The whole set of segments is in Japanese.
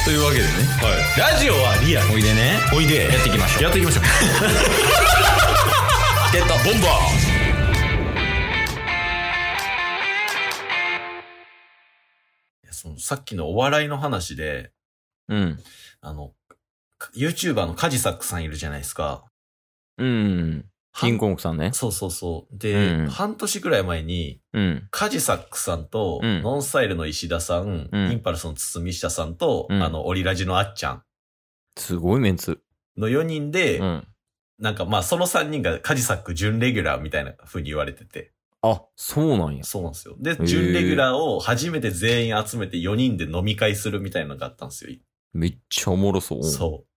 というわけでね、 はい、ラジオはリアル。 おいでね、 おいでやっていきましょう。 やっていきましょう。 ゲットボンバー。さっきのお笑いの話で、 うん。 YouTuber のカジサックさんいるじゃないですか。 うん。キングコングさんね。 そうそうそう。で、半年くらい前に、カジサックさんと、ノンスタイルの石田さん、インパルスの堤下さんと、オリラジのあっちゃん。 すごいメンツ。 の4人で、なんかまあその3人がカジサック準レギュラーみたいな風に言われてて。 あ、そうなんや。 そうなんですよ。で、準レギュラーを初めて全員集めて4人で飲み会するみたいなのがあったんですよ。 めっちゃおもろそう。 そう。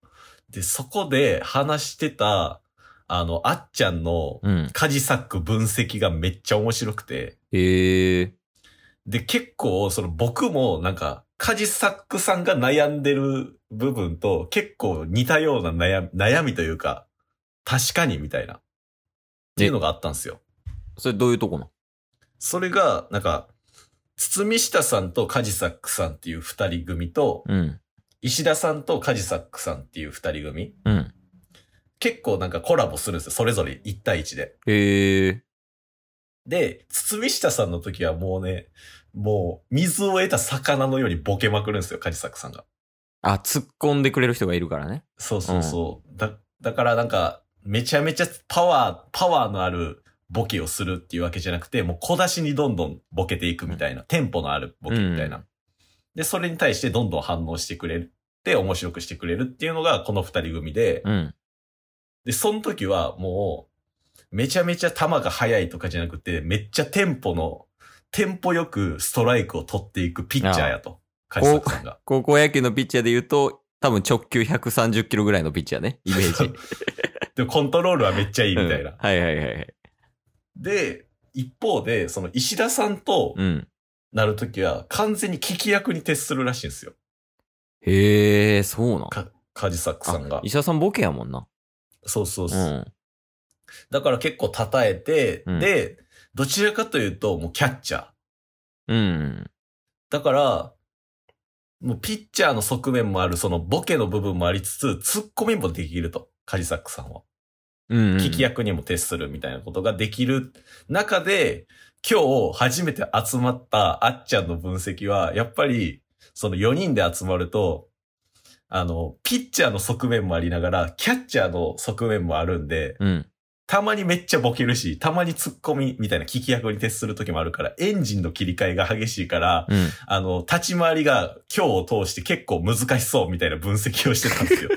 で、そこで話してた、あっちゃんのカジサック分析がめっちゃ面白くて。で、結構、僕もなんか、カジサックさんが悩んでる部分と結構似たような悩みというか、確かにみたいな。っていうのがあったんですよ。 それどういうとこな？ それが、なんか、堤下さんとカジサックさんっていう二人組と、石田さんとカジサックさんっていう二人組。結構なんかコラボするんですよ。それぞれ1対1で。で、堤下さんの時はもうね、もう水を得た魚のようにボケまくるんですよ、カジサックさんが。 あ、突っ込んでくれる人がいるからね。 そうそうそう。だからなんか、めちゃめちゃパワーのあるボケをするっていうわけじゃなくて、もう小出しにどんどんボケていくみたいな、テンポのあるボケみたいな。で、それに対してどんどん反応してくれるって面白くしてくれるっていうのがこの二人組で、で、その時はもう、めちゃめちゃ球が速いとかじゃなくて、めっちゃテンポよくストライクを取っていくピッチャーやと。カジサックさんが。 高校野球のピッチャーで言うと、多分直球130キロぐらいのピッチャーね。イメージ。 でもコントロールはめっちゃいいみたいな。 はいはいはい。 で、一方で、その石田さんとなるときは完全に聞き役に徹するらしいんですよ。 へえ、そうなんカジサックさんが。 石田さんボケやもんな。 そうそうそう。だから結構称えて、で、どちらかというともうキャッチャー。だから、もうピッチャーの側面もある、そのボケの部分もありつつ、ツッコミもできると。カジサックさんは。聞き役にも徹するみたいなことができる中で、今日初めて集まったあっちゃんの分析は、やっぱり、その4人で集まると、ピッチャーの側面もありながら、キャッチャーの側面もあるんで、たまにめっちゃボケるし、たまにツッコミみたいな聞き役に徹する時もあるから、エンジンの切り替えが激しいから、立ち回りが今日を通して結構難しそうみたいな分析をしてたんですよ。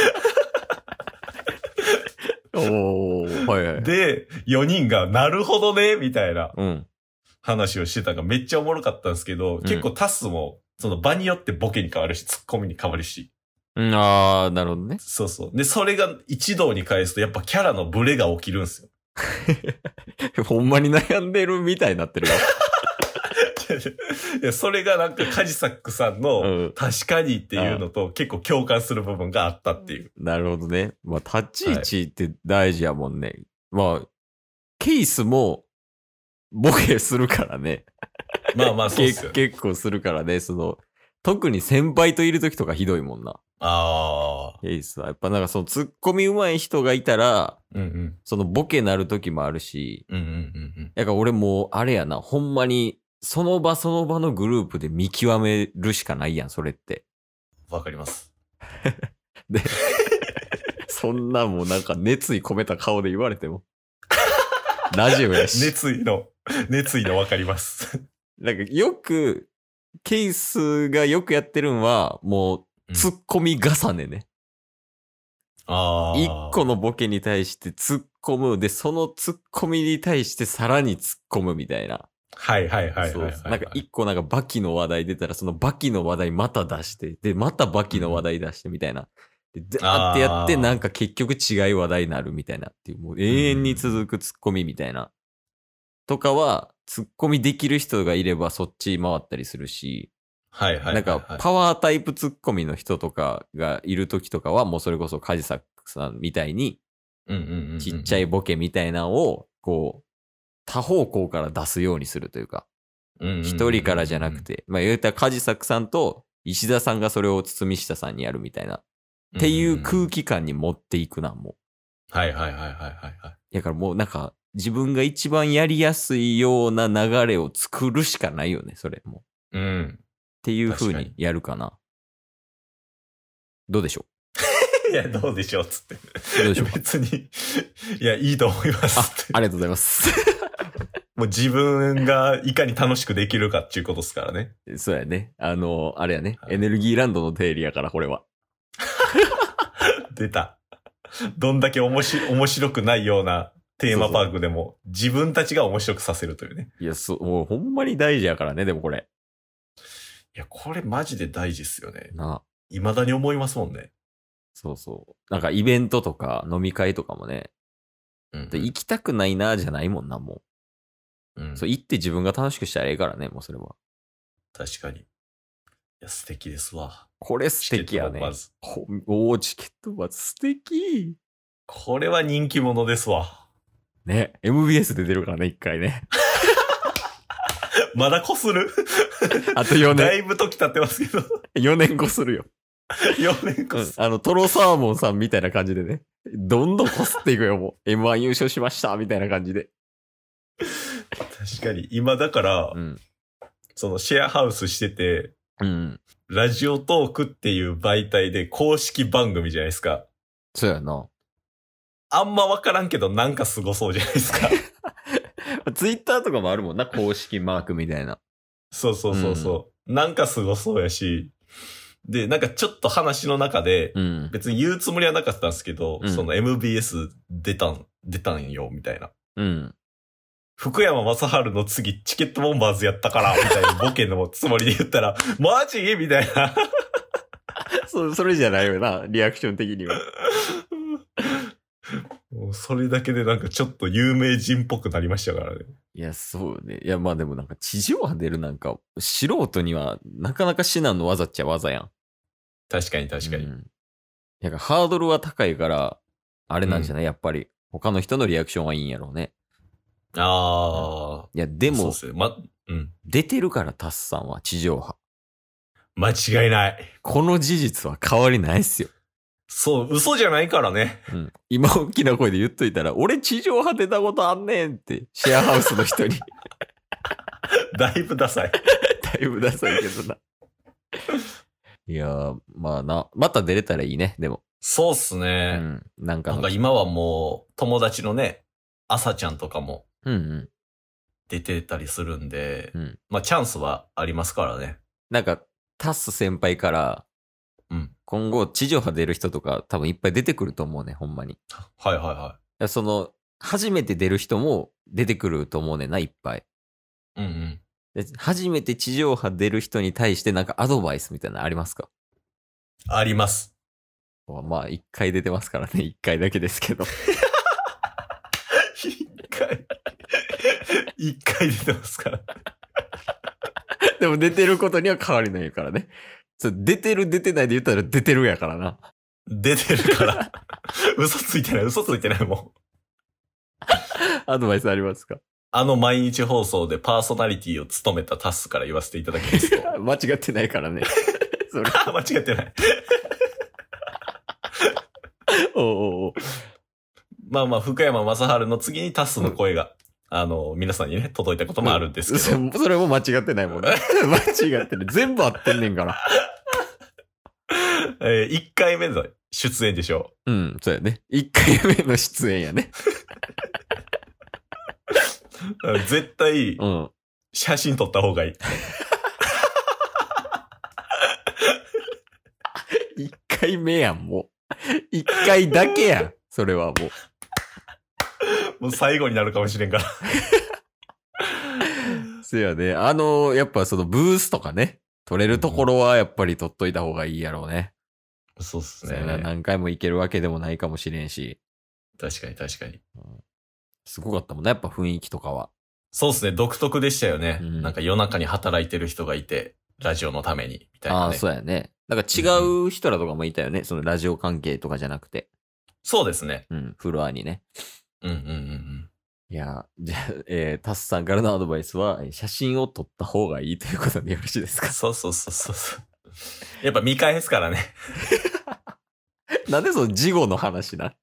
はいはい。 で、4人がなるほどねみたいな話をしてたのがめっちゃおもろかったんですけど、結構タスもその場によってボケに変わるし、ツッコミに変わるし。 ああ、なるほどね。 そうそう。で、それが一堂に返すとやっぱキャラのブレが起きるんですよ。ほんまに悩んでるみたいになってるよ。 いや、それがなんかカジサックさんの確かにっていうのと結構共感する部分があったっていう。 なるほどね。まあ、立ち位置って大事やもんね。まあ、ケースもボケするからね。 まあまあそうっすよ。 結構するからね。特に先輩といる時とかひどいもんな。ケースは。やっぱなんかその突っ込み上手い人がいたら、そのボケなる時もあるし、だから俺もうあれやな、ほんまにその場その場のグループで見極めるしかないやん、それって。 わかります。 で、そんなもうなんか熱意込めた顔で言われても。ラジオやし。 熱意のわかります。 なんかよく、ケースがよくやってるんは、もう、突っ込み重ねね。一個のボケに対して突っ込む。で、その突っ込みに対してさらに突っ込むみたいな。 はいはいはい。 そう。なんか一個なんかバキの話題出たら、そのバキの話題また出して、で、またバキの話題出してみたいな。で、ダーってやって、なんか結局違い話題になるみたいなっていう、もう永遠に続く突っ込みみたいな。とかは、突っ込みできる人がいればそっち回ったりするし、なんかパワータイプ突っ込みの人とかがいる時とかは、もうそれこそカジサックさんみたいに、ちっちゃいボケみたいなのを、こう、多方向から出すようにするというか、一人からじゃなくて、まあ言うたらカジサックさんと石田さんがそれを堤下さんにやるみたいな。っていう空気感に持っていくな、もう。はいはいはいはいはいはい。 だからもうなんか、自分が一番やりやすいような流れを作るしかないよね、それも。 うん。 っていう風にやるかな。どうでしょういや、どうでしょうっつって。 どうでしょう別に、いや、いいと思いますって。 ありがとうございます。 もう自分がいかに楽しくできるかっていうことですからね。 そうやね。あれやね。エネルギーランドの定理やから、これは。 出た。どんだけ面白くないようなテーマパークでも自分たちが面白くさせるというね。 いや、もうほんまに大事やからね、でもこれ。 いや、これマジで大事っすよね。 な。 未だに思いますもんね。 そうそう。なんかイベントとか飲み会とかもね。で行きたくないな、じゃないもんな、もう。そう、行って自分が楽しくしたらええからね、もうそれは。 確かに。いや、素敵ですわ。 これ素敵やね。チケットバズ素敵。 これは人気者ですわ。 ね、MBS で出るからね、一回ね。 まだこするあと4年。 だいぶ時経ってますけど。 4年こするよ。 4年こする。 トロサーモンさんみたいな感じでね。どんどんこすっていくよ、もう。M1 優勝しました、みたいな感じで。 確かに。今だから、そのシェアハウスしてて、ラジオトークっていう媒体で公式番組じゃないですか。 そうやな。 あんまわからんけどなんかすごそうじゃないですか。 ツイッターとかもあるもんな、公式マークみたいな。 そうそうそうそう。なんかすごそうやし、で、なんかちょっと話の中で、別に言うつもりはなかったんですけど、その MBS 出たんよ、みたいな。福山雅治の次、チケットボンバーズやったから、みたいなボケのつもりで言ったら、マジみたいな。 それじゃないよな、リアクション的には。 もうそれだけでなんかちょっと有名人っぽくなりましたからね。 いや、そうね。いや、まあでもなんか地上波出るなんか、素人にはなかなか至難の技っちゃ技やん。 確かに確かに。 なんかハードルは高いから、あれなんじゃない、やっぱり。他の人のリアクションはいいんやろうね。 ああ。 いや、でも、出てるから、タスさんは地上波。 間違いない。 この事実は変わりないっすよ。 そう、嘘じゃないからね。 今大きな声で言っといたら、俺地上波出たことあんねんって、シェアハウスの人に。 だいぶダサい。 だいぶダサいけどな。いやー、まあな、また出れたらいいね、でも。 そうっすね。なんか今はもう、友達のね、朝ちゃんとかも、出てたりするんで、まあチャンスはありますからね。 なんか、タス先輩から、今後地上波出る人とか多分いっぱい出てくると思うね、ほんまに。 はいはいはい。 その、初めて出る人も出てくると思うねんな、いっぱい。で初めて地上波出る人に対してなんかアドバイスみたいなのありますか？ あります。 まあ、一回出てますからね、一回だけですけど。 一回出てますから。 でも出てることには変わりないからね。出てる出てないで言ったら出てるやからな。 出てるから。嘘ついてないもん。 アドバイスありますか？ 毎日放送でパーソナリティを務めたタスから言わせていただきますと。 間違ってないからね。 それ間違ってない。 おうまあまあ、福山雅治の次にタスの声が、皆さんにね、届いたこともあるんですけど。 それも間違ってないもんね。間違ってない。全部合ってんねんから。 1回目の出演でしょ。 そうやね。1回目の出演やね。 絶対、写真撮った方がいい。 1回目やん、もう。1回だけやん。それはもう。 もう最後になるかもしれんから。 そうやね。やっぱそのブースとかね、撮れるところはやっぱり撮っといた方がいいやろうね。 そうっすね。 何回も行けるわけでもないかもしれんし。 確かに確かに。 すごかったもんね、やっぱ雰囲気とかは。 そうっすね、独特でしたよね。なんか夜中に働いてる人がいて、ラジオのために、みたいなね。 そうやね。なんか違う人らとかもいたよね。そのラジオ関係とかじゃなくて。 そうですね。 フロアにね。いや、じゃあ、タスさんからのアドバイスは、写真を撮った方がいいということでよろしいですか？ そう。 やっぱ見返すからね。 なんでその事後の話な。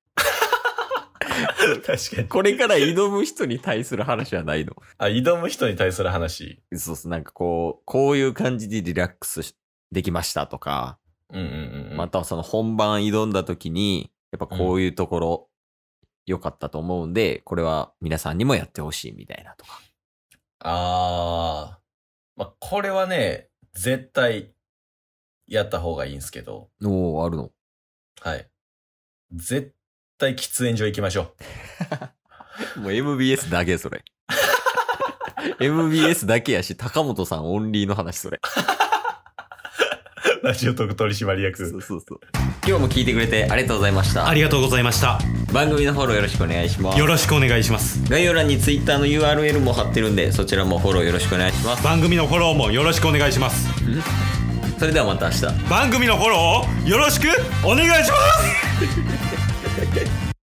確かに。 これから挑む人に対する話はないの。 あ、挑む人に対する話。 そうそう、なんかこういう感じでリラックスできましたとか、またはその本番挑んだ時に、やっぱこういうところ良かったと思うんで、これは皆さんにもやってほしいみたいなとか。 まあ、これはね、絶対やった方がいいんですけど。 おー、あるの。 はい。絶対喫煙所行きましょう。もう MBS だけそれ。MBS だけやし、高本さんオンリーの話それ。 ラジオトーク取締役。 そうそうそう。今日も聞いてくれてありがとうございました。 ありがとうございました。 番組のフォローよろしくお願いします。 よろしくお願いします。 概要欄に Twitter の URL も貼ってるんで、そちらもフォローよろしくお願いします。 番組のフォローもよろしくお願いします。 それではまた明日。 番組のフォローをよろしくお願いします